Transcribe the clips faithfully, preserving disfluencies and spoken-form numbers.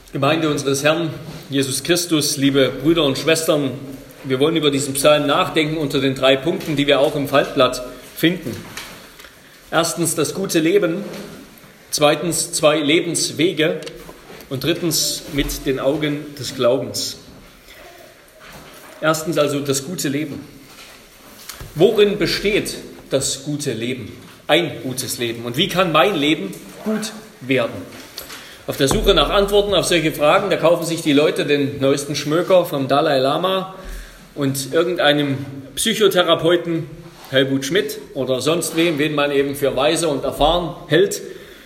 Gemeinde unseres Herrn Jesus Christus, liebe Brüder und Schwestern, wir wollen über diesen Psalm nachdenken unter den drei Punkten, die wir auch im Faltblatt finden. Erstens das gute Leben, zweitens zwei Lebenswege und drittens mit den Augen des Glaubens. Erstens also das gute Leben. Worin besteht das gute Leben? Ein gutes Leben. Und wie kann mein Leben gut werden? Auf der Suche nach Antworten auf solche Fragen, da kaufen sich die Leute den neuesten Schmöker vom Dalai Lama und irgendeinem Psychotherapeuten, Helmut Schmidt oder sonst wem, wen man eben für weise und erfahren hält.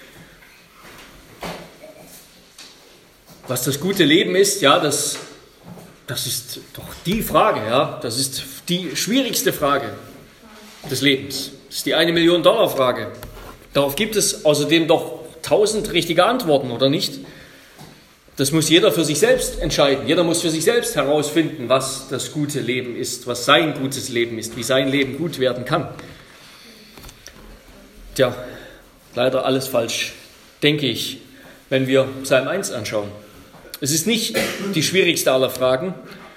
Was das gute Leben ist, ja, das, das ist doch die Frage, ja, das ist die schwierigste Frage des Lebens. Das ist die eine Million Dollar Frage. Darauf gibt es außerdem doch tausend richtige Antworten, oder nicht? Das muss jeder für sich selbst entscheiden. Jeder muss für sich selbst herausfinden, was das gute Leben ist, was sein gutes Leben ist, wie sein Leben gut werden kann. Tja, leider alles falsch, denke ich, wenn wir Psalm eins anschauen. Es ist nicht die schwierigste aller Fragen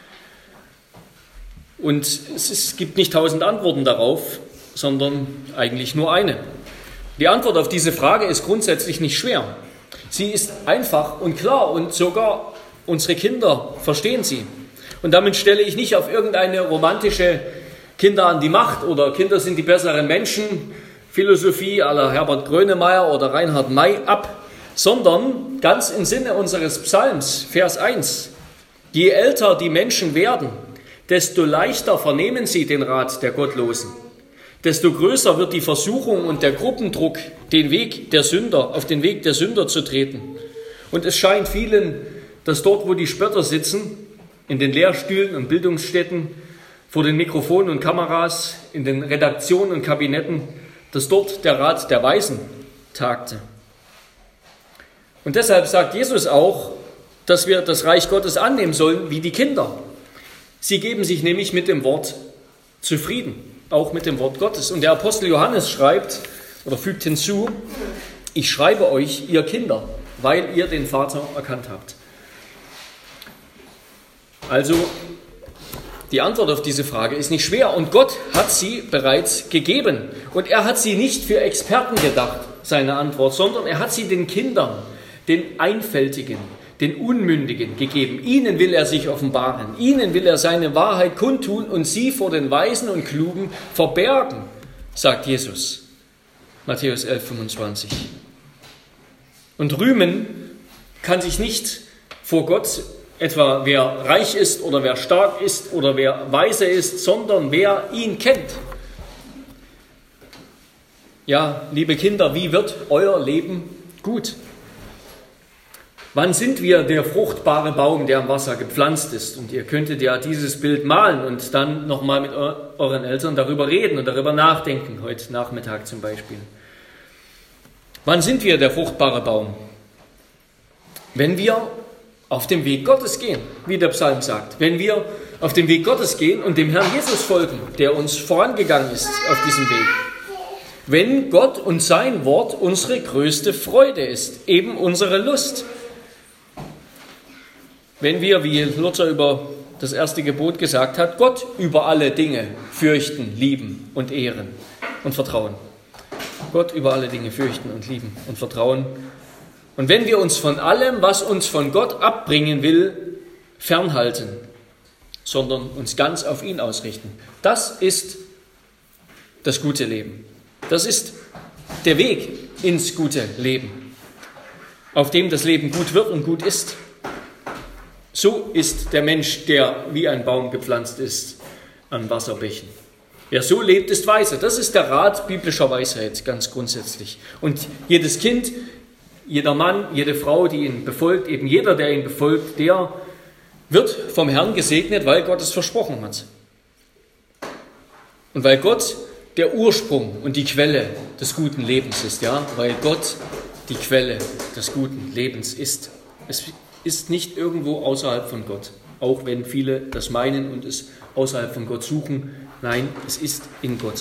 und es ist, gibt nicht tausend Antworten darauf, sondern eigentlich nur eine. Die Antwort auf diese Frage ist grundsätzlich nicht schwer. Sie ist einfach und klar und sogar unsere Kinder verstehen sie. Und damit stelle ich nicht auf irgendeine romantische Kinder an die Macht oder Kinder sind die besseren Menschen, Philosophie à la Herbert Grönemeyer oder Reinhard May ab, sondern ganz im Sinne unseres Psalms, Vers eins. Je älter die Menschen werden, desto leichter vernehmen sie den Rat der Gottlosen. Desto größer wird die Versuchung und der Gruppendruck, den Weg der Sünder, auf den Weg der Sünder zu treten. Und es scheint vielen, dass dort, wo die Spötter sitzen, in den Lehrstühlen und Bildungsstätten, vor den Mikrofonen und Kameras, in den Redaktionen und Kabinetten, dass dort der Rat der Weisen tagte. Und deshalb sagt Jesus auch, dass wir das Reich Gottes annehmen sollen wie die Kinder. Sie geben sich nämlich mit dem Wort zufrieden. Auch mit dem Wort Gottes. Und der Apostel Johannes schreibt oder fügt hinzu, ich schreibe euch, ihr Kinder, weil ihr den Vater erkannt habt. Also die Antwort auf diese Frage ist nicht schwer und Gott hat sie bereits gegeben. Und er hat sie nicht für Experten gedacht, seine Antwort, sondern er hat sie den Kindern, den Einfältigen, den Unmündigen gegeben. Ihnen will er sich offenbaren. Ihnen will er seine Wahrheit kundtun und sie vor den Weisen und Klugen verbergen, sagt Jesus. Matthäus elf, fünfundzwanzig. Und rühmen kann sich nicht vor Gott etwa wer reich ist oder wer stark ist oder wer weise ist, sondern wer ihn kennt. Ja, liebe Kinder, wie wird euer Leben gut? Wann sind wir der fruchtbare Baum, der am Wasser gepflanzt ist? Und ihr könntet ja dieses Bild malen und dann nochmal mit euren Eltern darüber reden und darüber nachdenken, heute Nachmittag zum Beispiel. Wann sind wir der fruchtbare Baum? Wenn wir auf dem Weg Gottes gehen, wie der Psalm sagt. Wenn wir auf dem Weg Gottes gehen und dem Herrn Jesus folgen, der uns vorangegangen ist auf diesem Weg. Wenn Gott und sein Wort unsere größte Freude ist, eben unsere Lust. Wenn wir, wie Luther über das erste Gebot gesagt hat, Gott über alle Dinge fürchten, lieben und ehren und vertrauen. Gott über alle Dinge fürchten und lieben und vertrauen. Und wenn wir uns von allem, was uns von Gott abbringen will, fernhalten, sondern uns ganz auf ihn ausrichten. Das ist das gute Leben. Das ist der Weg ins gute Leben, auf dem das Leben gut wird und gut ist. So ist der Mensch, der wie ein Baum gepflanzt ist an Wasserbächen. Wer so lebt, ist weise. Das ist der Rat biblischer Weisheit, ganz grundsätzlich. Und jedes Kind, jeder Mann, jede Frau, die ihn befolgt, eben jeder, der ihn befolgt, der wird vom Herrn gesegnet, weil Gott es versprochen hat. Und weil Gott der Ursprung und die Quelle des guten Lebens ist, ja, weil Gott die Quelle des guten Lebens ist. Es ist nicht irgendwo außerhalb von Gott, auch wenn viele das meinen und es außerhalb von Gott suchen. Nein, es ist in Gott.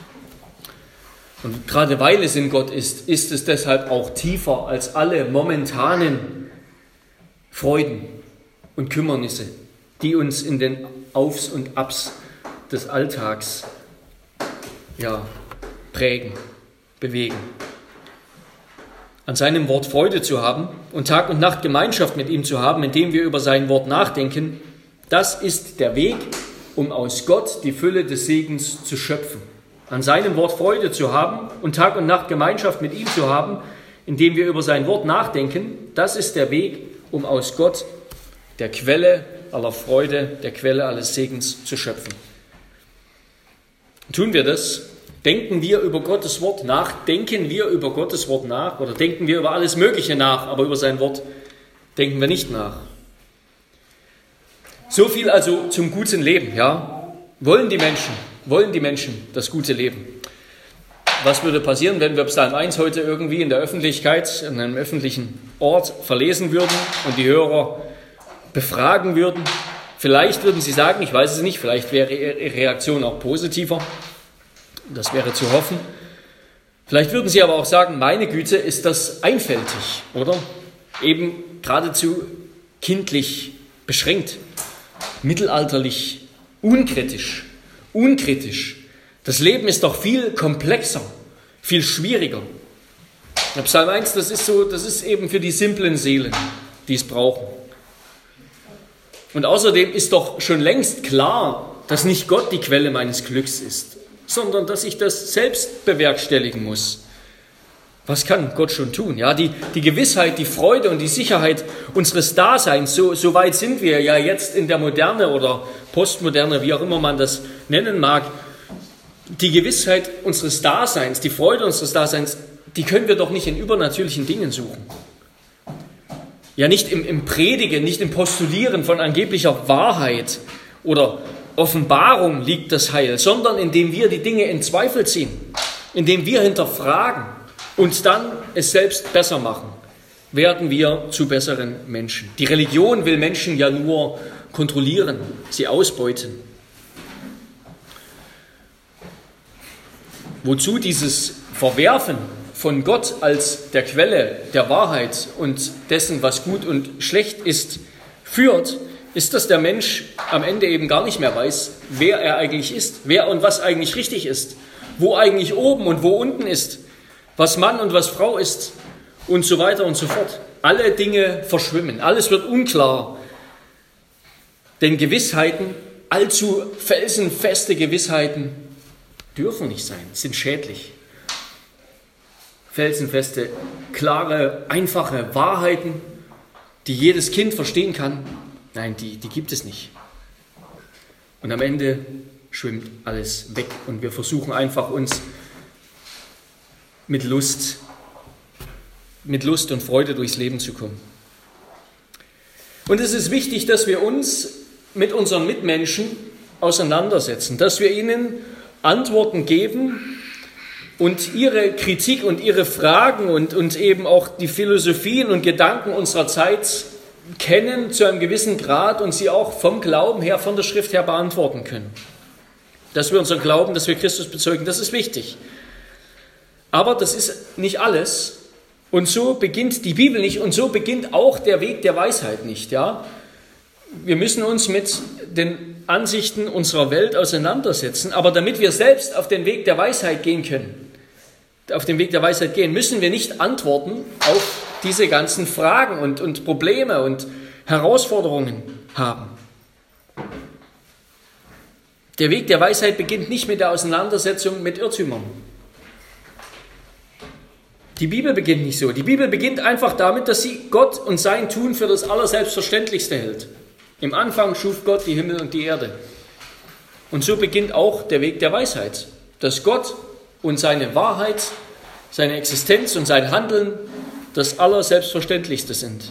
Und gerade weil es in Gott ist, ist es deshalb auch tiefer als alle momentanen Freuden und Kümmernisse, die uns in den Aufs und Abs des Alltags ja, prägen, bewegen. An seinem Wort Freude zu haben und Tag und Nacht Gemeinschaft mit ihm zu haben, indem wir über sein Wort nachdenken, das ist der Weg, um aus Gott die Fülle des Segens zu schöpfen. An seinem Wort Freude zu haben und Tag und Nacht Gemeinschaft mit ihm zu haben, indem wir über sein Wort nachdenken, das ist der Weg, um aus Gott, der Quelle aller Freude, der Quelle alles Segens zu schöpfen. Tun wir das? Denken wir über Gottes Wort nach? Denken wir über Gottes Wort nach? Oder denken wir über alles Mögliche nach, aber über sein Wort denken wir nicht nach? So viel also zum guten Leben, ja? Wollen die Menschen, wollen die Menschen das gute Leben? Was würde passieren, wenn wir Psalm eins heute irgendwie in der Öffentlichkeit, in einem öffentlichen Ort verlesen würden und die Hörer befragen würden? Vielleicht würden sie sagen, ich weiß es nicht, vielleicht wäre ihre Reaktion auch positiver. Das wäre zu hoffen. Vielleicht würden sie aber auch sagen, meine Güte, ist das einfältig, oder? Eben geradezu kindlich beschränkt, mittelalterlich, unkritisch, unkritisch. Das Leben ist doch viel komplexer, viel schwieriger. Der Psalm eins, das ist so, das ist eben für die simplen Seelen, die es brauchen. Und außerdem ist doch schon längst klar, dass nicht Gott die Quelle meines Glücks ist, sondern dass ich das selbst bewerkstelligen muss. Was kann Gott schon tun? Ja, die, die Gewissheit, die Freude und die Sicherheit unseres Daseins, so, so weit sind wir ja jetzt in der Moderne oder Postmoderne, wie auch immer man das nennen mag. Die Gewissheit unseres Daseins, die Freude unseres Daseins, die können wir doch nicht in übernatürlichen Dingen suchen. Ja, nicht im, im Predigen, nicht im Postulieren von angeblicher Wahrheit oder Offenbarung liegt das Heil, sondern indem wir die Dinge in Zweifel ziehen, indem wir hinterfragen und dann es selbst besser machen, werden wir zu besseren Menschen. Die Religion will Menschen ja nur kontrollieren, sie ausbeuten. Wozu dieses Verwerfen von Gott als der Quelle der Wahrheit und dessen, was gut und schlecht ist, führt, ist, dass der Mensch am Ende eben gar nicht mehr weiß, wer er eigentlich ist, wer und was eigentlich richtig ist, wo eigentlich oben und wo unten ist, was Mann und was Frau ist und so weiter und so fort. Alle Dinge verschwimmen, alles wird unklar, denn Gewissheiten, allzu felsenfeste Gewissheiten, dürfen nicht sein, sind schädlich. Felsenfeste, klare, einfache Wahrheiten, die jedes Kind verstehen kann, nein, die, die gibt es nicht. Und am Ende schwimmt alles weg und wir versuchen einfach uns mit Lust, mit Lust und Freude durchs Leben zu kommen. Und es ist wichtig, dass wir uns mit unseren Mitmenschen auseinandersetzen, dass wir ihnen Antworten geben und ihre Kritik und ihre Fragen und, und eben auch die Philosophien und Gedanken unserer Zeit kennen zu einem gewissen Grad und sie auch vom Glauben her, von der Schrift her beantworten können. Dass wir unseren Glauben, dass wir Christus bezeugen, das ist wichtig. Aber das ist nicht alles. Und so beginnt die Bibel nicht und so beginnt auch der Weg der Weisheit nicht. Ja? Wir müssen uns mit den Ansichten unserer Welt auseinandersetzen, aber damit wir selbst auf den Weg der Weisheit gehen können, auf den Weg der Weisheit gehen, müssen wir nicht Antworten auf diese ganzen Fragen und, und Probleme und Herausforderungen haben. Der Weg der Weisheit beginnt nicht mit der Auseinandersetzung mit Irrtümern. Die Bibel beginnt nicht so. Die Bibel beginnt einfach damit, dass sie Gott und sein Tun für das Allerselbstverständlichste hält. Im Anfang schuf Gott die Himmel und die Erde. Und so beginnt auch der Weg der Weisheit, dass Gott und seine Wahrheit, seine Existenz und sein Handeln das Allerselbstverständlichste sind.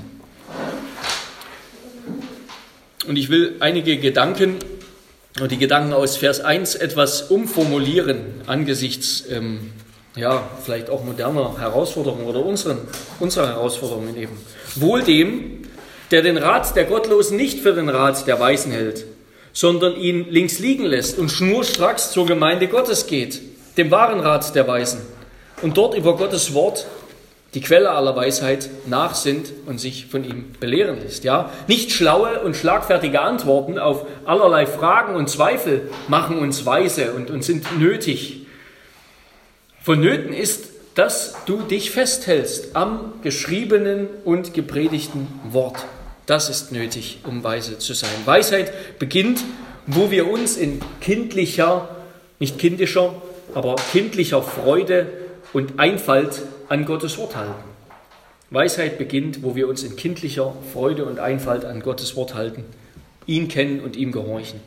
Und ich will einige Gedanken, die Gedanken aus Vers eins etwas umformulieren angesichts, ähm, ja, vielleicht auch moderner Herausforderungen oder unseren, unserer Herausforderungen eben. Wohl dem, der den Rat der Gottlosen nicht für den Rat der Weisen hält, sondern ihn links liegen lässt und schnurstracks zur Gemeinde Gottes geht, dem wahren Rat der Weisen, und dort über Gottes Wort die Quelle aller Weisheit, nachsinnt und sich von ihm belehren lässt. Ja? Nicht schlaue und schlagfertige Antworten auf allerlei Fragen und Zweifel machen uns weise und, und sind nötig. Vonnöten ist, dass du dich festhältst am geschriebenen und gepredigten Wort. Das ist nötig, um weise zu sein. Weisheit beginnt, wo wir uns in kindlicher, nicht kindischer, aber kindlicher Freude und Einfalt an Gottes Wort halten. Weisheit beginnt, wo wir uns in kindlicher Freude und Einfalt an Gottes Wort halten, ihn kennen und ihm gehorchen.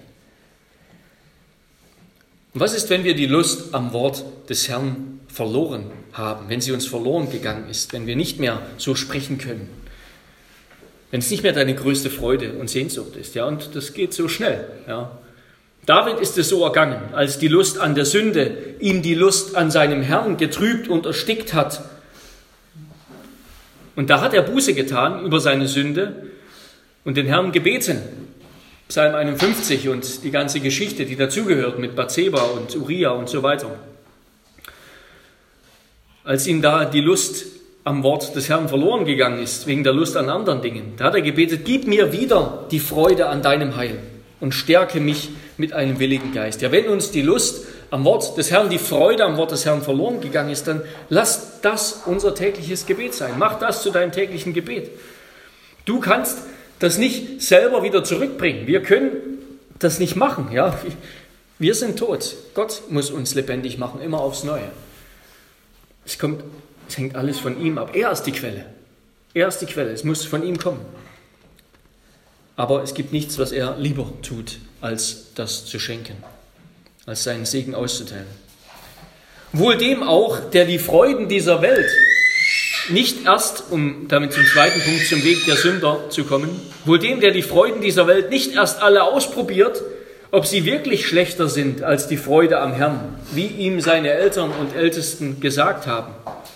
Und was ist, wenn wir die Lust am Wort des Herrn verloren haben, wenn sie uns verloren gegangen ist, wenn wir nicht mehr so sprechen können, wenn es nicht mehr deine größte Freude und Sehnsucht ist, ja, und das geht so schnell, ja. David ist es so ergangen, als die Lust an der Sünde ihm die Lust an seinem Herrn getrübt und erstickt hat. Und da hat er Buße getan über seine Sünde und den Herrn gebeten. Psalm einundfünfzig und die ganze Geschichte, die dazugehört mit Bathseba und Uriah und so weiter. Als ihm da die Lust am Wort des Herrn verloren gegangen ist, wegen der Lust an anderen Dingen, da hat er gebetet, gib mir wieder die Freude an deinem Heil und stärke mich mit einem willigen Geist. Ja, wenn uns die Lust am Wort des Herrn, die Freude am Wort des Herrn verloren gegangen ist, dann lass das unser tägliches Gebet sein. Mach das zu deinem täglichen Gebet. Du kannst das nicht selber wieder zurückbringen. Wir können das nicht machen. Ja? Wir sind tot. Gott muss uns lebendig machen, immer aufs Neue. Es kommt, es hängt alles von ihm ab. Er ist die Quelle. Er ist die Quelle. Es muss von ihm kommen. Aber es gibt nichts, was er lieber tut, als das zu schenken, als seinen Segen auszuteilen. Wohl dem auch, der die Freuden dieser Welt nicht erst, um damit zum zweiten Punkt, zum Weg der Sünder zu kommen, wohl dem, der die Freuden dieser Welt nicht erst alle ausprobiert, ob sie wirklich schlechter sind als die Freude am Herrn, wie ihm seine Eltern und Ältesten gesagt haben.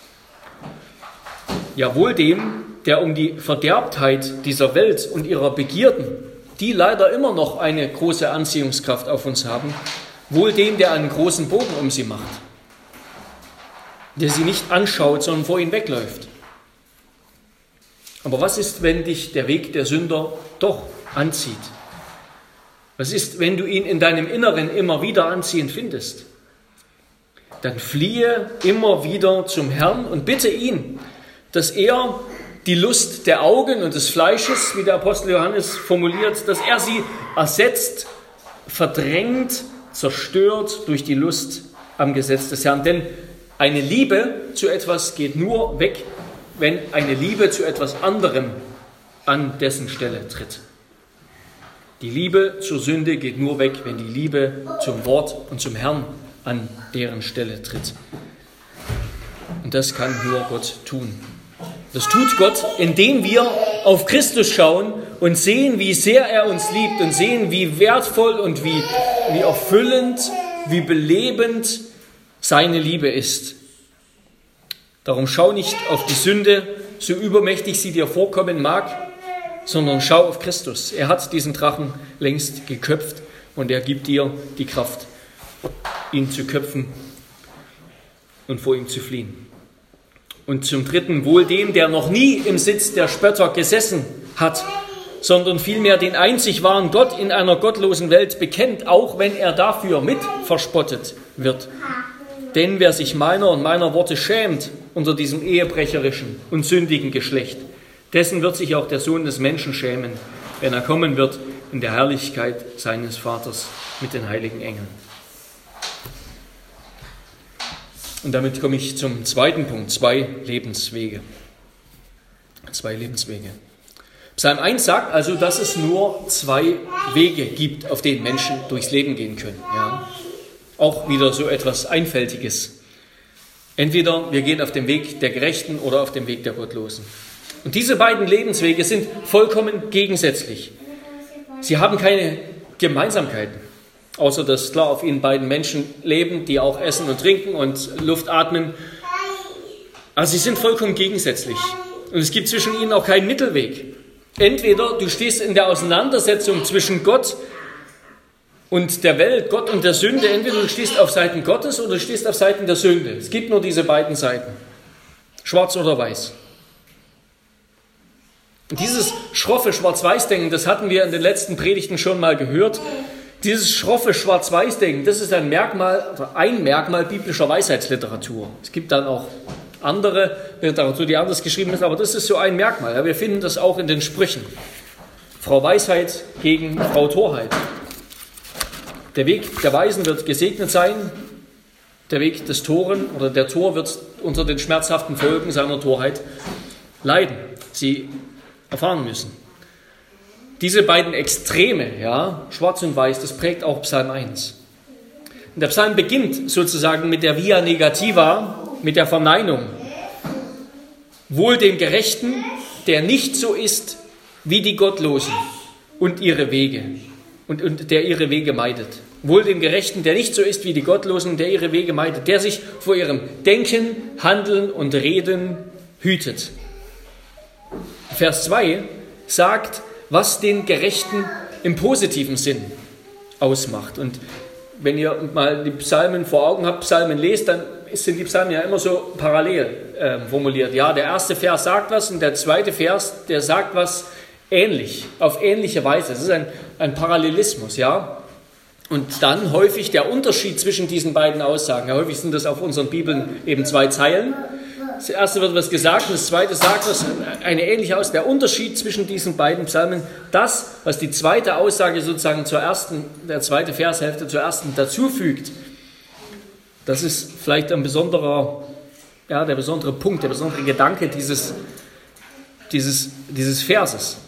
Ja, wohl dem, der um die Verderbtheit dieser Welt und ihrer Begierden, die leider immer noch eine große Anziehungskraft auf uns haben, wohl dem, der einen großen Bogen um sie macht, der sie nicht anschaut, sondern vor ihnen wegläuft. Aber was ist, wenn dich der Weg der Sünder doch anzieht? Was ist, wenn du ihn in deinem Inneren immer wieder anziehend findest? Dann fliehe immer wieder zum Herrn und bitte ihn, dass er die Lust der Augen und des Fleisches, wie der Apostel Johannes formuliert, dass er sie ersetzt, verdrängt, zerstört durch die Lust am Gesetz des Herrn. Denn eine Liebe zu etwas geht nur weg, wenn eine Liebe zu etwas anderem an dessen Stelle tritt. Die Liebe zur Sünde geht nur weg, wenn die Liebe zum Wort und zum Herrn an deren Stelle tritt. Und das kann nur Gott tun. Das tut Gott, indem wir auf Christus schauen und sehen, wie sehr er uns liebt und sehen, wie wertvoll und wie, wie erfüllend, wie belebend seine Liebe ist. Darum schau nicht auf die Sünde, so übermächtig sie dir vorkommen mag, sondern schau auf Christus. Er hat diesen Drachen längst geköpft und er gibt dir die Kraft, ihn zu köpfen und vor ihm zu fliehen. Und zum Dritten, wohl dem, der noch nie im Sitz der Spötter gesessen hat, sondern vielmehr den einzig wahren Gott in einer gottlosen Welt bekennt, auch wenn er dafür mit verspottet wird. Denn wer sich meiner und meiner Worte schämt unter diesem ehebrecherischen und sündigen Geschlecht, dessen wird sich auch der Sohn des Menschen schämen, wenn er kommen wird in der Herrlichkeit seines Vaters mit den heiligen Engeln. Und damit komme ich zum zweiten Punkt, zwei Lebenswege. Zwei Lebenswege. Psalm eins sagt also, dass es nur zwei Wege gibt, auf denen Menschen durchs Leben gehen können. Ja. Auch wieder so etwas Einfältiges. Entweder wir gehen auf dem Weg der Gerechten oder auf dem Weg der Gottlosen. Und diese beiden Lebenswege sind vollkommen gegensätzlich. Sie haben keine Gemeinsamkeiten, außer dass klar auf ihnen beiden Menschen leben, die auch essen und trinken und Luft atmen. Also sie sind vollkommen gegensätzlich. Und es gibt zwischen ihnen auch keinen Mittelweg. Entweder du stehst in der Auseinandersetzung zwischen Gott und der Welt, Gott und der Sünde, entweder du stehst auf Seiten Gottes oder du stehst auf Seiten der Sünde. Es gibt nur diese beiden Seiten. schwarz oder weiß. Und dieses schroffe Schwarz-Weiß-Denken, das hatten wir in den letzten Predigten schon mal gehört. Dieses schroffe Schwarz-Weiß-Denken, das ist ein Merkmal, oder ein Merkmal biblischer Weisheitsliteratur. Es gibt dann auch andere Literatur, die anders geschrieben ist, aber das ist so ein Merkmal. Ja, wir finden das auch in den Sprüchen. Frau Weisheit gegen Frau Torheit. Der Weg der Weisen wird gesegnet sein, der Weg des Toren oder der Tor wird unter den schmerzhaften Folgen seiner Torheit leiden. Sie erfahren müssen. Diese beiden Extreme, ja, schwarz und weiß, das prägt auch Psalm eins. Und der Psalm beginnt sozusagen mit der Via Negativa, mit der Verneinung. Wohl dem Gerechten, der nicht so ist wie die Gottlosen und ihre Wege, und, und der ihre Wege meidet. Wohl dem Gerechten, der nicht so ist wie die Gottlosen, der ihre Wege meidet, der sich vor ihrem Denken, Handeln und Reden hütet. Vers zwei sagt, was den Gerechten im positiven Sinn ausmacht. Und wenn ihr mal die Psalmen vor Augen habt, Psalmen lest, dann sind die Psalmen ja immer so parallel äh, formuliert. Ja, der erste Vers sagt was und der zweite Vers, der sagt was ähnlich, auf ähnliche Weise. Das ist ein, ein Parallelismus, ja. Und dann häufig der Unterschied zwischen diesen beiden Aussagen. Ja, häufig sind das auf unseren Bibeln eben zwei Zeilen. Das erste wird was gesagt und das zweite sagt was, eine ähnliche Aussage. Der Unterschied zwischen diesen beiden Psalmen, das, was die zweite Aussage sozusagen zur ersten, der zweite Vershälfte zur ersten dazufügt, das ist vielleicht ein besonderer, ja, der besondere Punkt, der besondere Gedanke dieses, dieses, dieses Verses.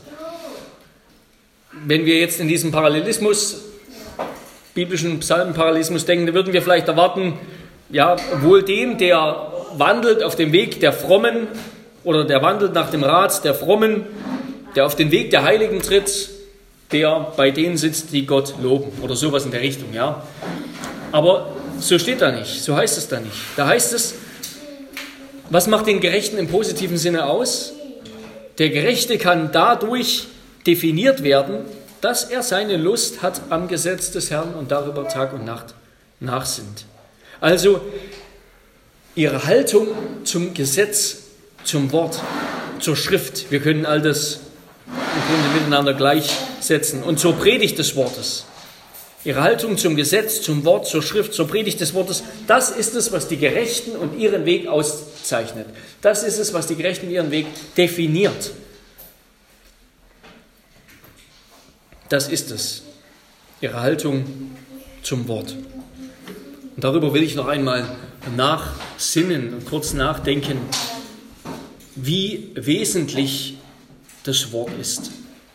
Wenn wir jetzt in diesem Parallelismus, biblischen Psalmenparallelismus denken, dann würden wir vielleicht erwarten, ja, wohl dem, der wandelt auf dem Weg der Frommen oder der wandelt nach dem Rat der Frommen, der auf den Weg der Heiligen tritt, der bei denen sitzt, die Gott loben oder sowas in der Richtung, ja. Aber so steht da nicht, so heißt es da nicht. Da heißt es, was macht den Gerechten im positiven Sinne aus? Der Gerechte kann dadurch definiert werden, dass er seine Lust hat am Gesetz des Herrn und darüber Tag und Nacht nachsinnt. Also ihre Haltung zum Gesetz, zum Wort, zur Schrift. Wir können all das im Grunde miteinander gleichsetzen. Und zur Predigt des Wortes. Ihre Haltung zum Gesetz, zum Wort, zur Schrift, zur Predigt des Wortes, das ist es, was die Gerechten und ihren Weg auszeichnet. Das ist es, was die Gerechten ihren Weg definiert. Das ist es, ihre Haltung zum Wort. Und darüber will ich noch einmal nachsinnen und kurz nachdenken, wie wesentlich das Wort ist.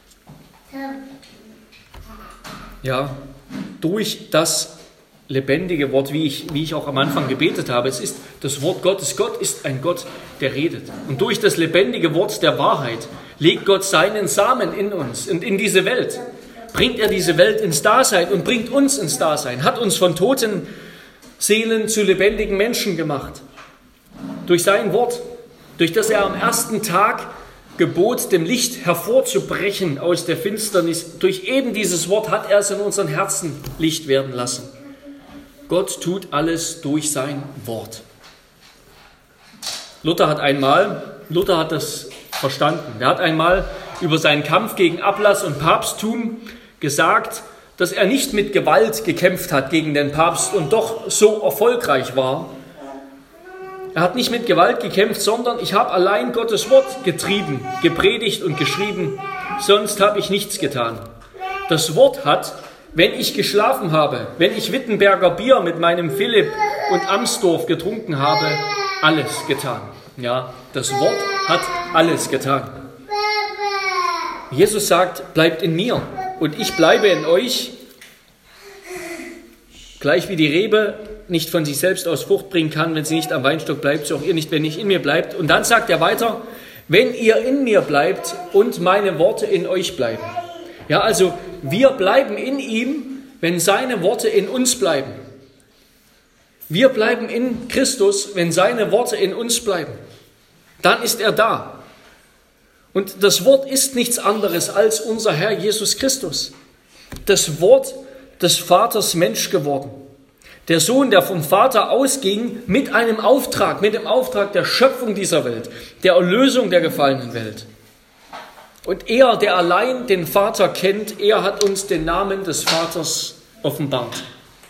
Ja, durch das lebendige Wort, wie ich, wie ich auch am Anfang gebetet habe, es ist das Wort Gottes. Gott ist ein Gott, der redet. Und durch das lebendige Wort der Wahrheit legt Gott seinen Samen in uns und in diese Welt. Bringt er diese Welt ins Dasein und bringt uns ins Dasein, hat uns von toten Seelen zu lebendigen Menschen gemacht. Durch sein Wort, durch das er am ersten Tag gebot, dem Licht hervorzubrechen aus der Finsternis. Durch eben dieses Wort hat er es in unseren Herzen Licht werden lassen. Gott tut alles durch sein Wort. Luther hat einmal, Luther hat das verstanden. Er hat einmal über seinen Kampf gegen Ablass und Papsttum gesagt, dass er nicht mit Gewalt gekämpft hat gegen den Papst und doch so erfolgreich war. Er hat nicht mit Gewalt gekämpft, sondern ich habe allein Gottes Wort getrieben, gepredigt und geschrieben, sonst habe ich nichts getan. Das Wort hat, wenn ich geschlafen habe, wenn ich Wittenberger Bier mit meinem Philipp und Amsdorf getrunken habe, alles getan. Ja, das Wort hat alles getan. Jesus sagt, bleibt in mir und ich bleibe in euch, gleich wie die Rebe nicht von sich selbst aus Frucht bringen kann, wenn sie nicht am Weinstock bleibt, so auch ihr nicht, wenn nicht in mir bleibt. Und dann sagt er weiter, wenn ihr in mir bleibt und meine Worte in euch bleiben. Ja, also wir bleiben in ihm, wenn seine Worte in uns bleiben. Wir bleiben in Christus, wenn seine Worte in uns bleiben. Dann ist er da. Und das Wort ist nichts anderes als unser Herr Jesus Christus. Das Wort des Vaters Mensch geworden. Der Sohn, der vom Vater ausging mit einem Auftrag, mit dem Auftrag der Schöpfung dieser Welt, der Erlösung der gefallenen Welt. Und er, der allein den Vater kennt, er hat uns den Namen des Vaters offenbart.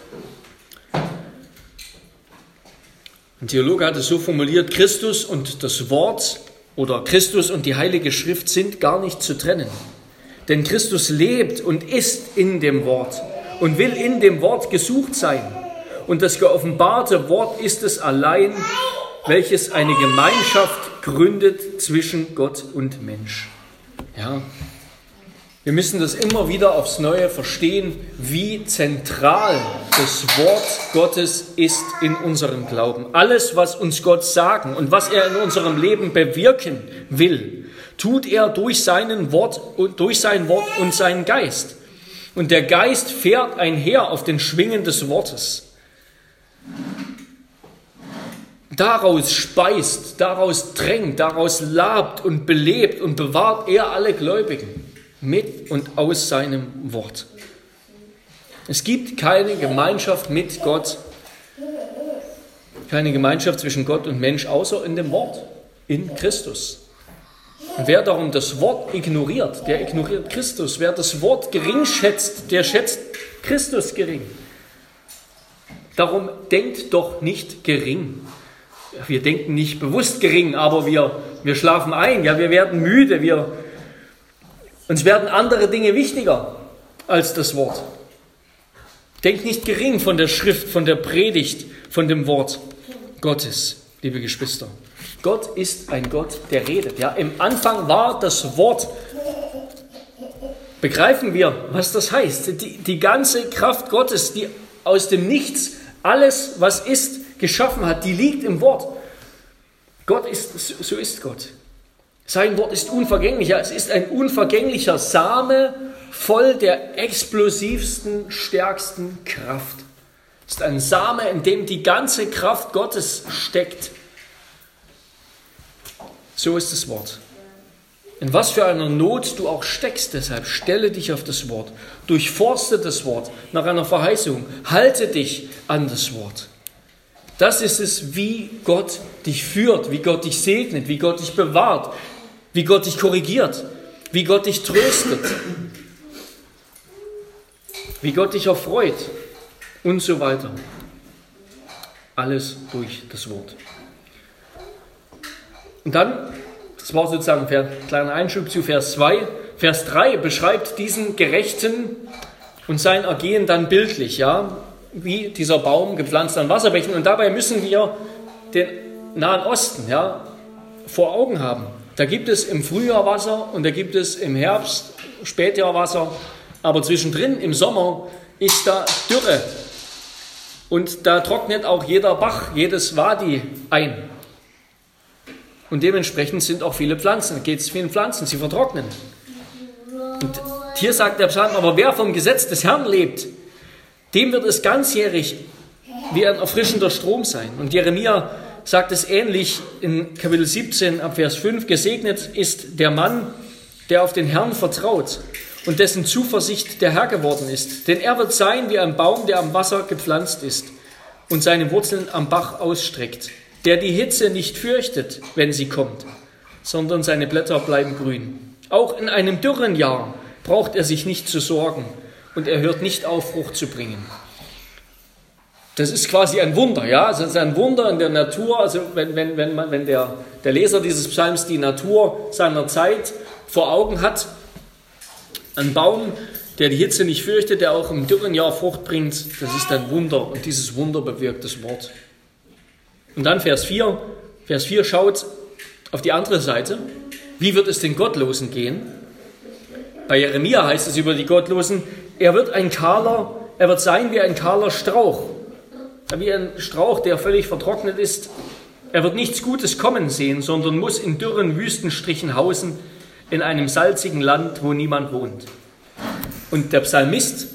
Ein Theologe hat es so formuliert: Christus und das Wort oder Christus und die Heilige Schrift sind gar nicht zu trennen. Denn Christus lebt und ist in dem Wort und will in dem Wort gesucht sein. Und das geoffenbarte Wort ist es allein, welches eine Gemeinschaft gründet zwischen Gott und Mensch. Ja, wir müssen das immer wieder aufs Neue verstehen, wie zentral das Wort Gottes ist in unserem Glauben. Alles, was uns Gott sagen und was er in unserem Leben bewirken will, tut er durch seinen Wort und durch sein Wort und seinen Geist. Und der Geist fährt einher auf den Schwingen des Wortes. Daraus speist, daraus drängt, daraus labt und belebt und bewahrt er alle Gläubigen mit und aus seinem Wort. Es gibt keine Gemeinschaft mit Gott, keine Gemeinschaft zwischen Gott und Mensch, außer in dem Wort, in Christus. Und wer darum das Wort ignoriert, der ignoriert Christus. Wer das Wort gering schätzt, der schätzt Christus gering. Darum denkt doch nicht gering. Wir denken nicht bewusst gering, aber wir, wir schlafen ein, ja, wir werden müde, wir, uns werden andere Dinge wichtiger als das Wort. Denkt nicht gering von der Schrift, von der Predigt, von dem Wort Gottes, liebe Geschwister. Gott ist ein Gott, der redet. Ja, im Anfang war das Wort. Begreifen wir, was das heißt? Die, die ganze Kraft Gottes, die aus dem Nichts alles, was ist, geschaffen hat, die liegt im Wort. Gott ist, so ist Gott. Sein Wort ist unvergänglich. Ja, es ist ein unvergänglicher Same voll der explosivsten, stärksten Kraft. Es ist ein Same, in dem die ganze Kraft Gottes steckt. So ist das Wort. In was für einer Not du auch steckst, deshalb stelle dich auf das Wort. Durchforste das Wort nach einer Verheißung. Halte dich an das Wort. Das ist es, wie Gott dich führt, wie Gott dich segnet, wie Gott dich bewahrt, wie Gott dich korrigiert, wie Gott dich tröstet, wie Gott dich erfreut und so weiter. Alles durch das Wort. Und dann, das war sozusagen ein kleiner Einschub zu Vers zwei, Vers drei beschreibt diesen Gerechten und sein Ergehen dann bildlich, ja, wie dieser Baum gepflanzt an Wasserbächen. Und dabei müssen wir den Nahen Osten, ja, vor Augen haben. Da gibt es im Frühjahr Wasser und da gibt es im Herbst, Spätjahr Wasser, aber zwischendrin im Sommer ist da Dürre. Und da trocknet auch jeder Bach, jedes Wadi ein. Und dementsprechend sind auch viele Pflanzen, geht es vielen Pflanzen, sie vertrocknen. Und hier sagt der Psalm, aber wer vom Gesetz des Herrn lebt, dem wird es ganzjährig wie ein erfrischender Strom sein. Und Jeremia sagt es ähnlich in Kapitel siebzehn ab Vers fünf, gesegnet ist der Mann, der auf den Herrn vertraut und dessen Zuversicht der Herr geworden ist. Denn er wird sein wie ein Baum, der am Wasser gepflanzt ist und seine Wurzeln am Bach ausstreckt, der die Hitze nicht fürchtet, wenn sie kommt, sondern seine Blätter bleiben grün. Auch in einem dürren Jahr braucht er sich nicht zu sorgen und er hört nicht auf, Frucht zu bringen. Das ist quasi ein Wunder, ja, es ist ein Wunder in der Natur, also wenn, wenn, wenn, man, wenn der, der Leser dieses Psalms die Natur seiner Zeit vor Augen hat, ein Baum, der die Hitze nicht fürchtet, der auch im dürren Jahr Frucht bringt, das ist ein Wunder und dieses Wunder bewirkt das Wort. Und dann Vers vier, Vers vier schaut auf die andere Seite, wie wird es den Gottlosen gehen? Bei Jeremia heißt es über die Gottlosen, er wird ein kahler, er wird sein wie ein kahler Strauch, wie ein Strauch, der völlig vertrocknet ist. Er wird nichts Gutes kommen sehen, sondern muss in dürren Wüstenstrichen hausen, in einem salzigen Land, wo niemand wohnt. Und der Psalmist,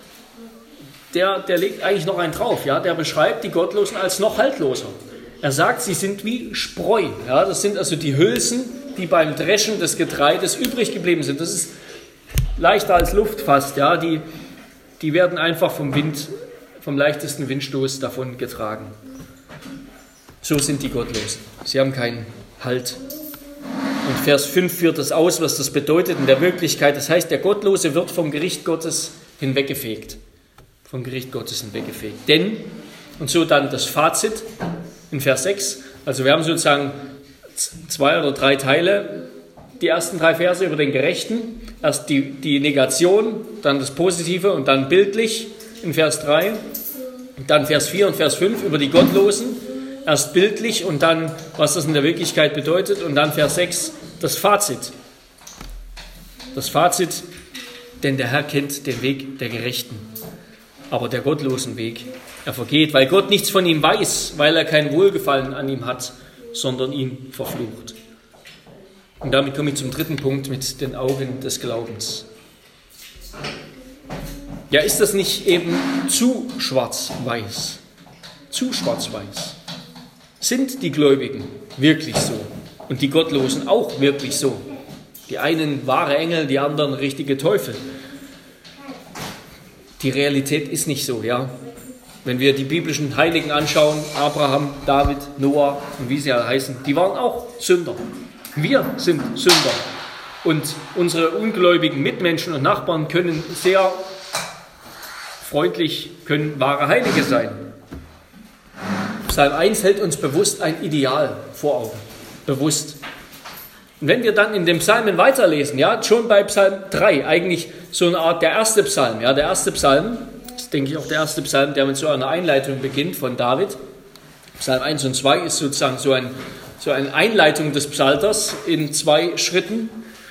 der, der legt eigentlich noch einen drauf, ja, der beschreibt die Gottlosen als noch haltloser. Er sagt, sie sind wie Spreu, ja, das sind also die Hülsen, die beim Dreschen des Getreides übrig geblieben sind. Das ist leichter als Luft fast, ja, die, die werden einfach vom Wind vom leichtesten Windstoß davon getragen. So sind die Gottlosen. Sie haben keinen Halt. Und Vers fünf führt das aus, was das bedeutet in der Wirklichkeit. Das heißt, der Gottlose wird vom Gericht Gottes hinweggefegt. Vom Gericht Gottes hinweggefegt. Denn, und so dann das Fazit in Vers sechs, also wir haben sozusagen zwei oder drei Teile, die ersten drei Verse über den Gerechten, erst die, die Negation, dann das Positive und dann bildlich in Vers drei, und dann Vers vier und Vers fünf über die Gottlosen, erst bildlich und dann, was das in der Wirklichkeit bedeutet, und dann Vers sechs, das Fazit. Das Fazit, denn der Herr kennt den Weg der Gerechten, aber der gottlosen Weg, er vergeht, weil Gott nichts von ihm weiß, weil er kein Wohlgefallen an ihm hat, sondern ihn verflucht. Und damit komme ich zum dritten Punkt mit den Augen des Glaubens. Ja, ist das nicht eben zu schwarz-weiß? Zu schwarz-weiß. Sind die Gläubigen wirklich so und die Gottlosen auch wirklich so? Die einen wahre Engel, die anderen richtige Teufel. Die Realität ist nicht so, ja. Wenn wir die biblischen Heiligen anschauen, Abraham, David, Noah und wie sie alle heißen, die waren auch Sünder. Wir sind Sünder. Und unsere ungläubigen Mitmenschen und Nachbarn können sehr freundlich, können wahre Heilige sein. Psalm eins hält uns bewusst ein Ideal vor Augen. Bewusst. Und wenn wir dann in den Psalmen weiterlesen, ja, schon bei Psalm drei, eigentlich so eine Art der erste Psalm, ja, der erste Psalm, das ist, denke ich, auch der erste Psalm, der mit so einer Einleitung beginnt von David. Psalm eins und zwei ist sozusagen so, ein, so eine Einleitung des Psalters in zwei Schritten.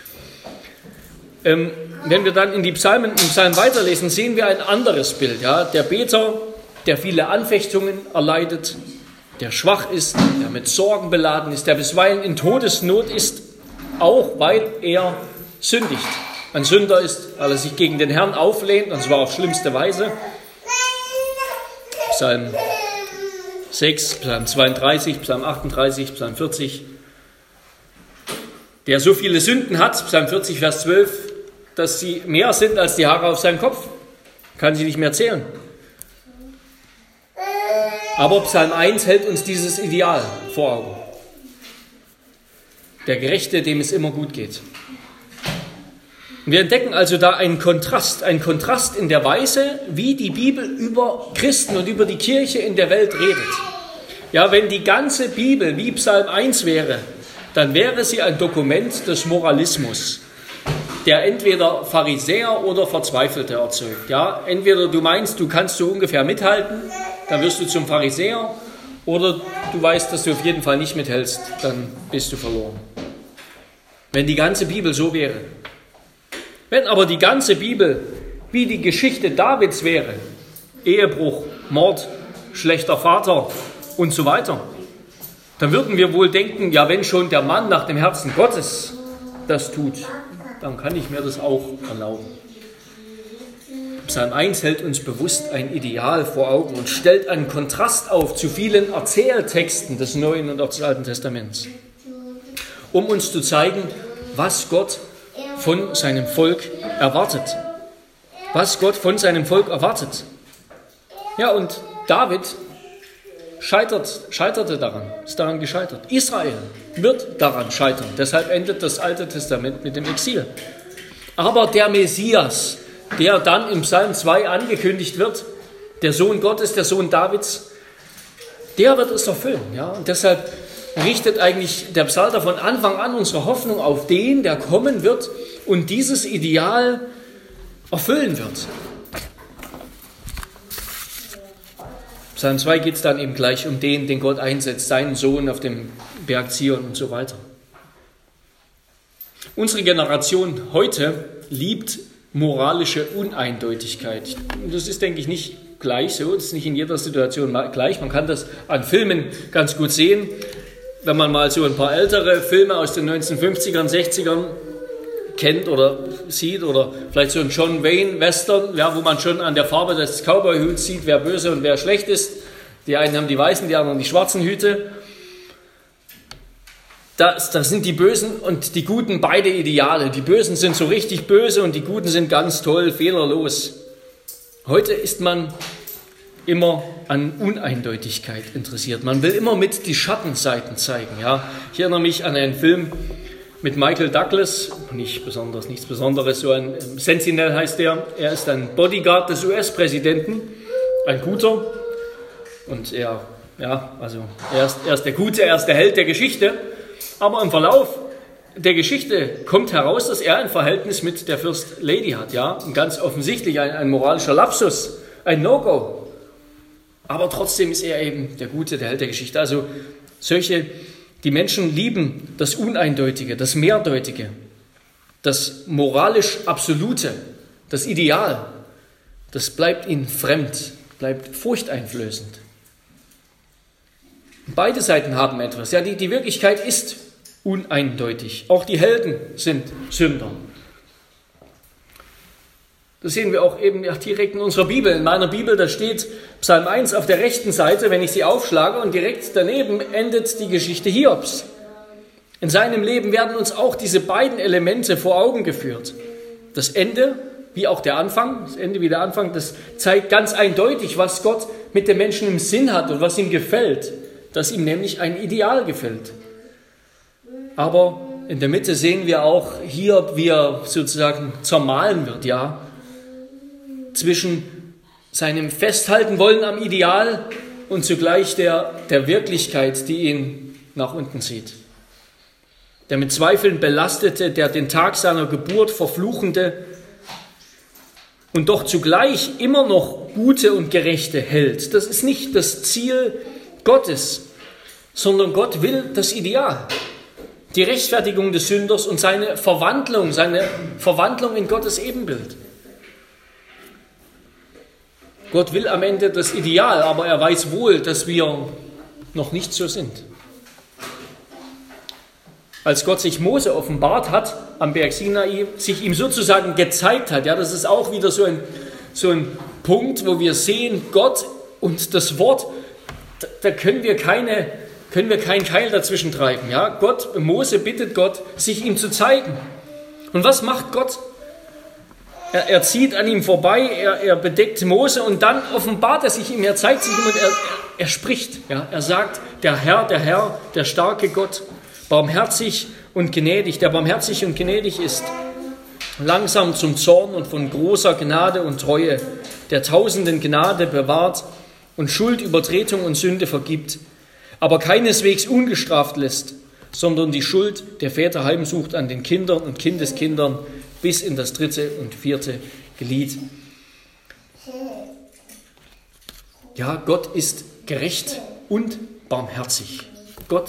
Ähm, wenn wir dann in die Psalmen, im Psalm weiterlesen, sehen wir ein anderes Bild, ja, der Beter, der viele Anfechtungen erleidet, der schwach ist, der mit Sorgen beladen ist, der bisweilen in Todesnot ist, auch weil er sündigt. Ein Sünder ist, weil er sich gegen den Herrn auflehnt, und zwar auf schlimmste Weise. Psalm sechs, Psalm zweiunddreißig, Psalm achtunddreißig, Psalm vierzig. Der so viele Sünden hat, Psalm vierzig, Vers zwölf, dass sie mehr sind als die Haare auf seinem Kopf. Kann sie nicht mehr zählen. Aber Psalm eins hält uns dieses Ideal vor Augen. Der Gerechte, dem es immer gut geht. Wir entdecken also da einen Kontrast, einen Kontrast in der Weise, wie die Bibel über Christen und über die Kirche in der Welt redet. Ja, wenn die ganze Bibel wie Psalm eins wäre, dann wäre sie ein Dokument des Moralismus, der entweder Pharisäer oder Verzweifelte erzeugt. Ja, entweder du meinst, du kannst so ungefähr mithalten, dann wirst du zum Pharisäer, oder du weißt, dass du auf jeden Fall nicht mithältst, dann bist du verloren. Wenn die ganze Bibel so wäre. Wenn aber die ganze Bibel wie die Geschichte Davids wäre, Ehebruch, Mord, schlechter Vater und so weiter, dann würden wir wohl denken, ja, wenn schon der Mann nach dem Herzen Gottes das tut, dann kann ich mir das auch erlauben. Psalm eins hält uns bewusst ein Ideal vor Augen und stellt einen Kontrast auf zu vielen Erzähltexten des Neuen und des Alten Testaments, um uns zu zeigen, was Gott von seinem Volk erwartet. Was Gott von seinem Volk erwartet. Ja, und David scheitert, scheiterte daran, ist daran gescheitert. Israel wird daran scheitern. Deshalb endet das Alte Testament mit dem Exil. Aber der Messias, der dann im Psalm zwei angekündigt wird, der Sohn Gottes, der Sohn Davids, der wird es erfüllen. Ja? Und deshalb richtet eigentlich der Psalter von Anfang an unsere Hoffnung auf den, der kommen wird und dieses Ideal erfüllen wird. Psalm zwei geht es dann eben gleich um den, den Gott einsetzt, seinen Sohn auf dem Berg Zion und so weiter. Unsere Generation heute liebt moralische Uneindeutigkeit. Das ist, denke ich, nicht gleich so, das ist nicht in jeder Situation gleich. Man kann das an Filmen ganz gut sehen. Wenn man mal so ein paar ältere Filme aus den neunzehnhundertfünfzigern, sechzigern kennt oder sieht oder vielleicht so ein John Wayne Western, ja, wo man schon an der Farbe des Cowboy-Huts sieht, wer böse und wer schlecht ist. Die einen haben die weißen, die anderen die schwarzen Hüte. Da, da sind die Bösen und die Guten beide Ideale. Die Bösen sind so richtig böse und die Guten sind ganz toll, fehlerlos. Heute ist man immer an Uneindeutigkeit interessiert. Man will immer mit die Schattenseiten zeigen. Ja? Ich erinnere mich an einen Film mit Michael Douglas, nicht besonders, nichts Besonderes, so ein Sentinel heißt er. Er ist ein Bodyguard des U S-Präsidenten, ein guter. Und er, ja, also er ist, er ist der Gute, er ist der Held der Geschichte. Aber im Verlauf der Geschichte kommt heraus, dass er ein Verhältnis mit der First Lady hat. Ja? Und ganz offensichtlich ein, ein moralischer Lapsus, ein No-Go. Aber trotzdem ist er eben der Gute, der Held der Geschichte. Also solche, die Menschen lieben das Uneindeutige, das Mehrdeutige, das moralisch Absolute, das Ideal. Das bleibt ihnen fremd, bleibt furchteinflößend. Beide Seiten haben etwas. Ja, die, die Wirklichkeit ist uneindeutig. Auch die Helden sind Sünder. Das sehen wir auch eben direkt in unserer Bibel. In meiner Bibel, da steht Psalm eins auf der rechten Seite, wenn ich sie aufschlage, und direkt daneben endet die Geschichte Hiobs. In seinem Leben werden uns auch diese beiden Elemente vor Augen geführt. Das Ende, wie auch der Anfang, das Ende wie der Anfang, das zeigt ganz eindeutig, was Gott mit dem Menschen im Sinn hat und was ihm gefällt, dass ihm nämlich ein Ideal gefällt. Aber in der Mitte sehen wir auch hier, wie er sozusagen zermahlen wird, ja, zwischen seinem Festhalten wollen am Ideal und zugleich der, der Wirklichkeit, die ihn nach unten zieht. Der mit Zweifeln belastete, der den Tag seiner Geburt verfluchende und doch zugleich immer noch gute und gerechte hält. Das ist nicht das Ziel Gottes, sondern Gott will das Ideal. Die Rechtfertigung des Sünders und seine Verwandlung, seine Verwandlung in Gottes Ebenbild. Gott will am Ende das Ideal, aber er weiß wohl, dass wir noch nicht so sind. Als Gott sich Mose offenbart hat am Berg Sinai, sich ihm sozusagen gezeigt hat, ja, das ist auch wieder so ein, so ein Punkt, wo wir sehen, Gott und das Wort, da, da können wir keine, können wir keinen Keil dazwischen treiben. Ja? Gott, Mose bittet Gott, sich ihm zu zeigen. Und was macht Gott? Er, er zieht an ihm vorbei, er, er bedeckt Mose und dann offenbart er sich ihm, er zeigt sich ihm und er, er spricht. Ja? Er sagt, der Herr, der Herr, der starke Gott, barmherzig und gnädig, der barmherzig und gnädig ist, langsam zum Zorn und von großer Gnade und Treue, der tausenden Gnade bewahrt und Schuld, Übertretung und Sünde vergibt, aber keineswegs ungestraft lässt, sondern die Schuld der Väter heimsucht an den Kindern und Kindeskindern bis in das dritte und vierte Glied. Ja, Gott ist gerecht und barmherzig. Gott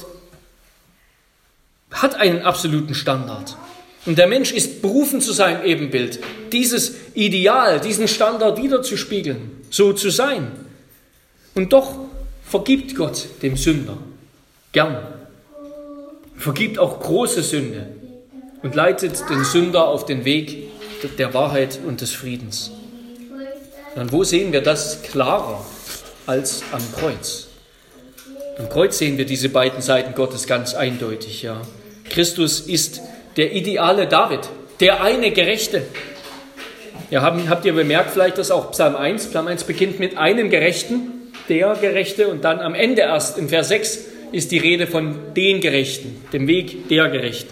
hat einen absoluten Standard. Und der Mensch ist berufen zu seinem Ebenbild, dieses Ideal, diesen Standard wiederzuspiegeln, so zu sein. Und doch vergibt Gott dem Sünder gern. Vergibt auch große Sünde und leitet den Sünder auf den Weg der Wahrheit und des Friedens. Und wo sehen wir das klarer als am Kreuz? Am Kreuz sehen wir diese beiden Seiten Gottes ganz eindeutig. Ja. Christus ist der ideale David, der eine Gerechte. Ja, haben, habt ihr bemerkt vielleicht, dass auch Psalm eins, Psalm eins beginnt mit einem Gerechten, der Gerechte, und dann am Ende erst in Vers sechs ist die Rede von den Gerechten, dem Weg der Gerechten.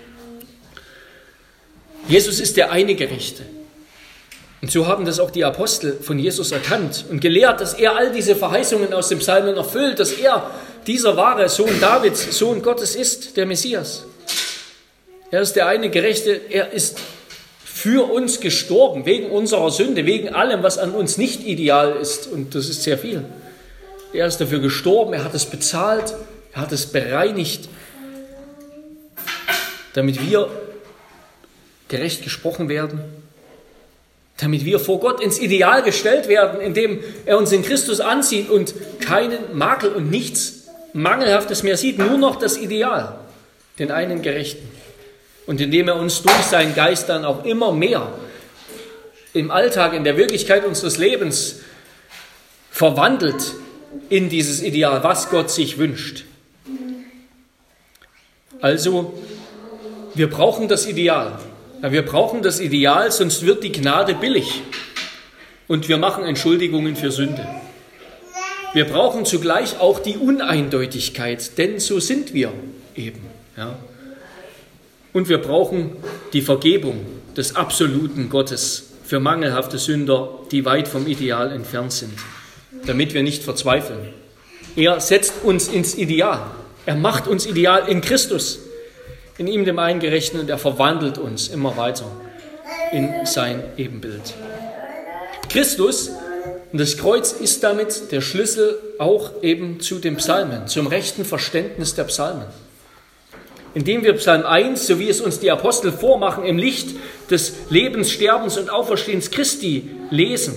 Jesus ist der eine Gerechte. Und so haben das auch die Apostel von Jesus erkannt und gelehrt, dass er all diese Verheißungen aus dem Psalmen erfüllt, dass er dieser wahre Sohn Davids, Sohn Gottes ist, der Messias. Er ist der eine Gerechte, er ist für uns gestorben, wegen unserer Sünde, wegen allem, was an uns nicht ideal ist. Und das ist sehr viel. Er ist dafür gestorben, er hat es bezahlt, er hat es bereinigt, damit wir gerecht gesprochen werden, damit wir vor Gott ins Ideal gestellt werden, indem er uns in Christus anzieht und keinen Makel und nichts Mangelhaftes mehr sieht, nur noch das Ideal, den einen Gerechten. Und indem er uns durch seinen Geist dann auch immer mehr im Alltag, in der Wirklichkeit unseres Lebens verwandelt in dieses Ideal, was Gott sich wünscht. Also, wir brauchen das Ideal. Ja, wir brauchen das Ideal, sonst wird die Gnade billig. Und wir machen Entschuldigungen für Sünde. wir brauchen zugleich auch die Uneindeutigkeit, denn so sind wir eben. Ja. Und wir brauchen die Vergebung des absoluten Gottes für mangelhafte Sünder, die weit vom Ideal entfernt sind, damit wir nicht verzweifeln. Er setzt uns ins Ideal. Er macht uns ideal in Christus, in ihm dem Eingerechten, und er verwandelt uns immer weiter in sein Ebenbild. Christus und das Kreuz ist damit der Schlüssel auch eben zu den Psalmen, zum rechten Verständnis der Psalmen. Indem wir Psalm eins, so wie es uns die Apostel vormachen, im Licht des Lebens, Sterbens und Auferstehens Christi lesen,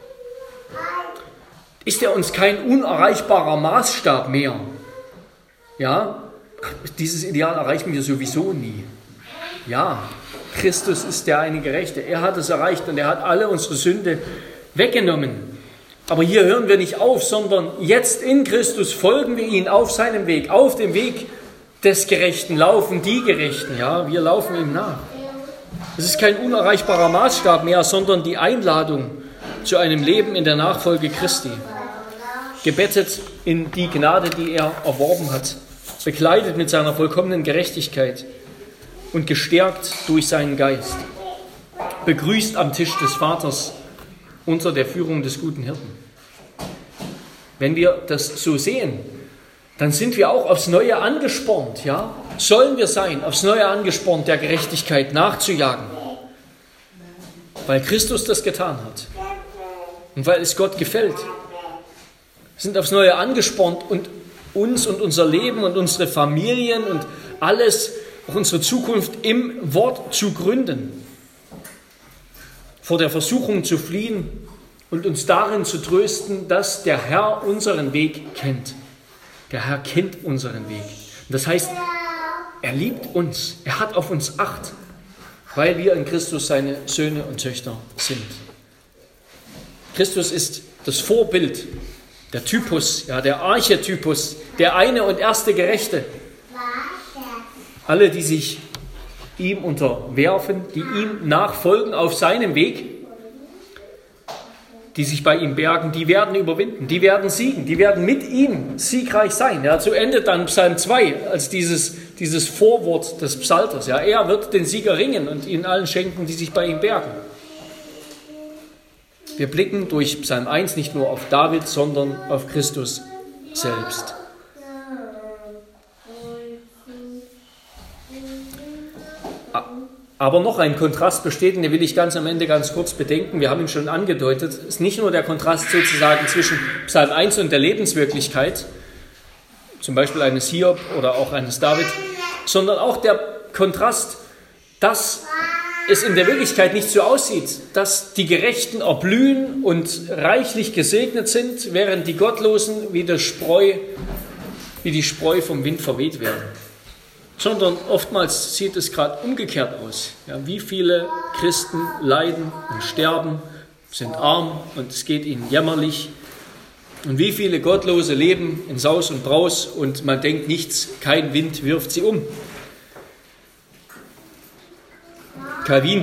ist er uns kein unerreichbarer Maßstab mehr. Ja, dieses Ideal erreichen wir sowieso nie. Ja, Christus ist der eine Gerechte. Er hat es erreicht und er hat alle unsere Sünde weggenommen. Aber hier hören wir nicht auf, sondern jetzt in Christus folgen wir ihm auf seinem Weg, auf dem Weg des Gerechten, laufen die Gerechten. Ja, wir laufen ihm nach. Es ist kein unerreichbarer Maßstab mehr, sondern die Einladung zu einem Leben in der Nachfolge Christi. Gebettet in die Gnade, die er erworben hat, bekleidet mit seiner vollkommenen Gerechtigkeit und gestärkt durch seinen Geist, begrüßt am Tisch des Vaters unter der Führung des guten Hirten. Wenn wir das so sehen, dann sind wir auch aufs Neue angespornt, ja? Sollen wir sein, aufs Neue angespornt, der Gerechtigkeit nachzujagen, weil Christus das getan hat und weil es Gott gefällt. Wir sind aufs Neue angespornt und uns und unser Leben und unsere Familien und alles, auch unsere Zukunft im Wort zu gründen, vor der Versuchung zu fliehen und uns darin zu trösten, dass der Herr unseren Weg kennt. Der Herr kennt unseren Weg. Das heißt, er liebt uns, er hat auf uns Acht, weil wir in Christus seine Söhne und Töchter sind. Christus ist das Vorbild, der Typus, ja, der Archetypus, der eine und erste Gerechte. Alle, die sich ihm unterwerfen, die ihm nachfolgen auf seinem Weg, die sich bei ihm bergen, die werden überwinden, die werden siegen, die werden mit ihm siegreich sein. Ja, so endet dann Psalm zwei als dieses, dieses Vorwort des Psalters. Ja, er wird den Sieg erringen und ihnen allen schenken, die sich bei ihm bergen. Wir blicken durch Psalm eins nicht nur auf David, sondern auf Christus selbst. Aber noch ein Kontrast besteht, und den will ich ganz am Ende ganz kurz bedenken. Wir haben ihn schon angedeutet. Es ist nicht nur der Kontrast sozusagen zwischen Psalm eins und der Lebenswirklichkeit, zum Beispiel eines Hiob oder auch eines David, sondern auch der Kontrast, dass es in der Wirklichkeit nicht so aussieht, dass die Gerechten erblühen und reichlich gesegnet sind, während die Gottlosen wie das Spreu, wie die Spreu vom Wind verweht werden. Sondern oftmals sieht es gerade umgekehrt aus. Ja, wie viele Christen leiden und sterben, sind arm und es geht ihnen jämmerlich. Und wie viele Gottlose leben in Saus und Braus und man denkt nichts, kein Wind wirft sie um. Calvin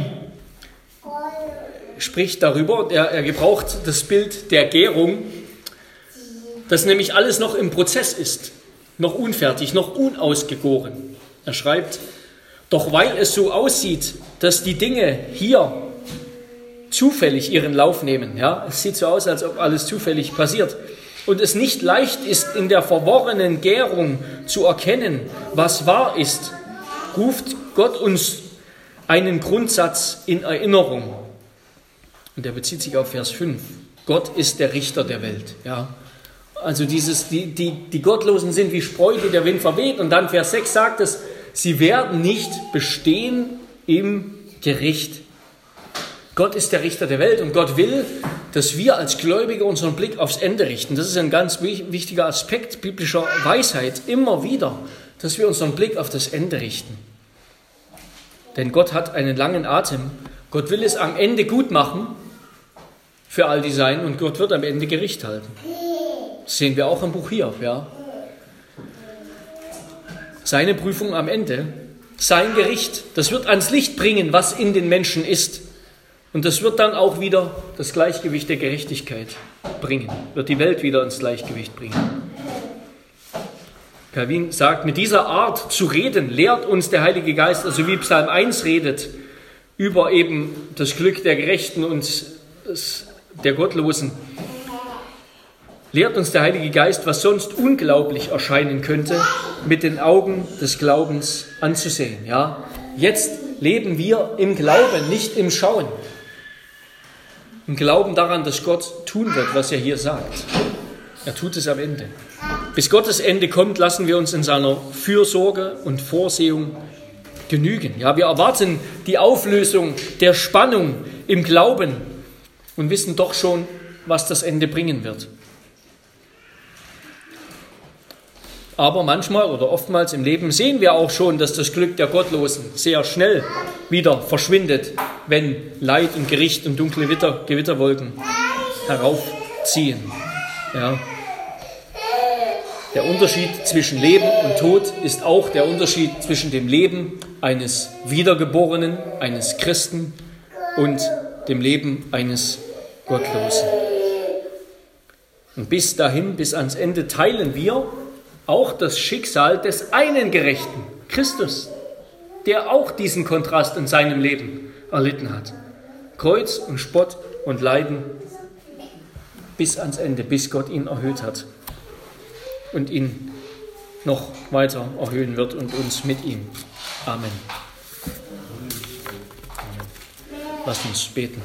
spricht darüber, er, er gebraucht das Bild der Gärung, dass nämlich alles noch im Prozess ist, noch unfertig, noch unausgegoren. Er schreibt, doch weil es so aussieht, dass die Dinge hier zufällig ihren Lauf nehmen, ja, es sieht so aus, als ob alles zufällig passiert, und es nicht leicht ist, in der verworrenen Gärung zu erkennen, was wahr ist, ruft Gott uns einen Grundsatz in Erinnerung. Und der bezieht sich auf Vers fünf. Gott ist der Richter der Welt. Ja. Also dieses, die, die, die Gottlosen sind wie Spreu, die der Wind verweht. Und dann Vers sechs sagt es, sie werden nicht bestehen im Gericht. Gott ist der Richter der Welt und Gott will, dass wir als Gläubige unseren Blick aufs Ende richten. Das ist ein ganz wichtiger Aspekt biblischer Weisheit, immer wieder, dass wir unseren Blick auf das Ende richten. Denn Gott hat einen langen Atem. Gott will es am Ende gut machen für all die Seinen und Gott wird am Ende Gericht halten. Das sehen wir auch im Buch Hiob, ja. Seine Prüfung am Ende, sein Gericht, das wird ans Licht bringen, was in den Menschen ist. Und das wird dann auch wieder das Gleichgewicht der Gerechtigkeit bringen, wird die Welt wieder ins Gleichgewicht bringen. Calvin sagt, mit dieser Art zu reden lehrt uns der Heilige Geist, also wie Psalm eins redet, über eben das Glück der Gerechten und der Gottlosen, lehrt uns der Heilige Geist, was sonst unglaublich erscheinen könnte, mit den Augen des Glaubens anzusehen. Ja? Jetzt leben wir im Glauben, nicht im Schauen. Im Glauben daran, dass Gott tun wird, was er hier sagt. Er tut es am Ende. Bis Gottes Ende kommt, lassen wir uns in seiner Fürsorge und Vorsehung genügen. Ja, wir erwarten die Auflösung der Spannung im Glauben und wissen doch schon, was das Ende bringen wird. Aber manchmal oder oftmals im Leben sehen wir auch schon, dass das Glück der Gottlosen sehr schnell wieder verschwindet, wenn Leid und Gericht und dunkle Witter, Gewitterwolken heraufziehen. Ja. Der Unterschied zwischen Leben und Tod ist auch der Unterschied zwischen dem Leben eines Wiedergeborenen, eines Christen und dem Leben eines Gottlosen. Und bis dahin, bis ans Ende teilen wir auch das Schicksal des einen Gerechten, Christus, der auch diesen Kontrast in seinem Leben erlitten hat. Kreuz und Spott und Leiden bis ans Ende, bis Gott ihn erhöht hat und ihn noch weiter erhöhen wird und uns mit ihm. Amen. Amen. Lasst uns beten.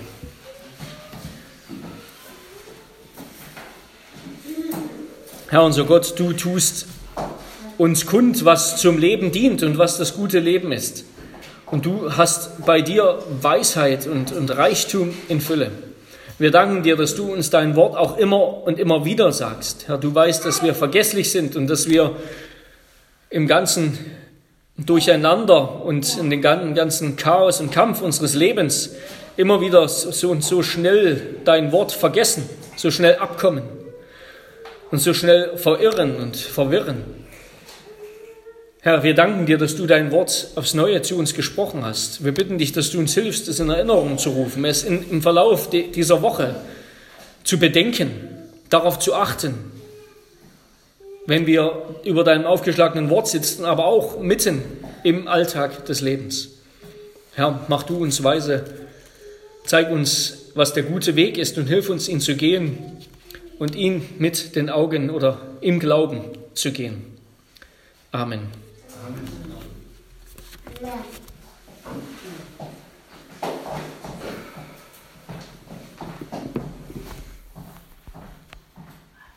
Herr unser Gott, du tust uns kund, was zum Leben dient und was das gute Leben ist. Und du hast bei dir Weisheit und, und Reichtum in Fülle. Wir danken dir, dass du uns dein Wort auch immer und immer wieder sagst. Herr, du weißt, dass wir vergesslich sind und dass wir im ganzen Durcheinander und in den ganzen Chaos und Kampf unseres Lebens immer wieder so und so schnell dein Wort vergessen, so schnell abkommen und so schnell verirren und verwirren. Herr, wir danken dir, dass du dein Wort aufs Neue zu uns gesprochen hast. Wir bitten dich, dass du uns hilfst, es in Erinnerung zu rufen, es in, im Verlauf de, dieser Woche zu bedenken, darauf zu achten, wenn wir über deinem aufgeschlagenen Wort sitzen, aber auch mitten im Alltag des Lebens. Herr, mach du uns weise, zeig uns, was der gute Weg ist und hilf uns, ihn zu gehen und ihn mit den Augen oder im Glauben zu gehen. Amen. Amen.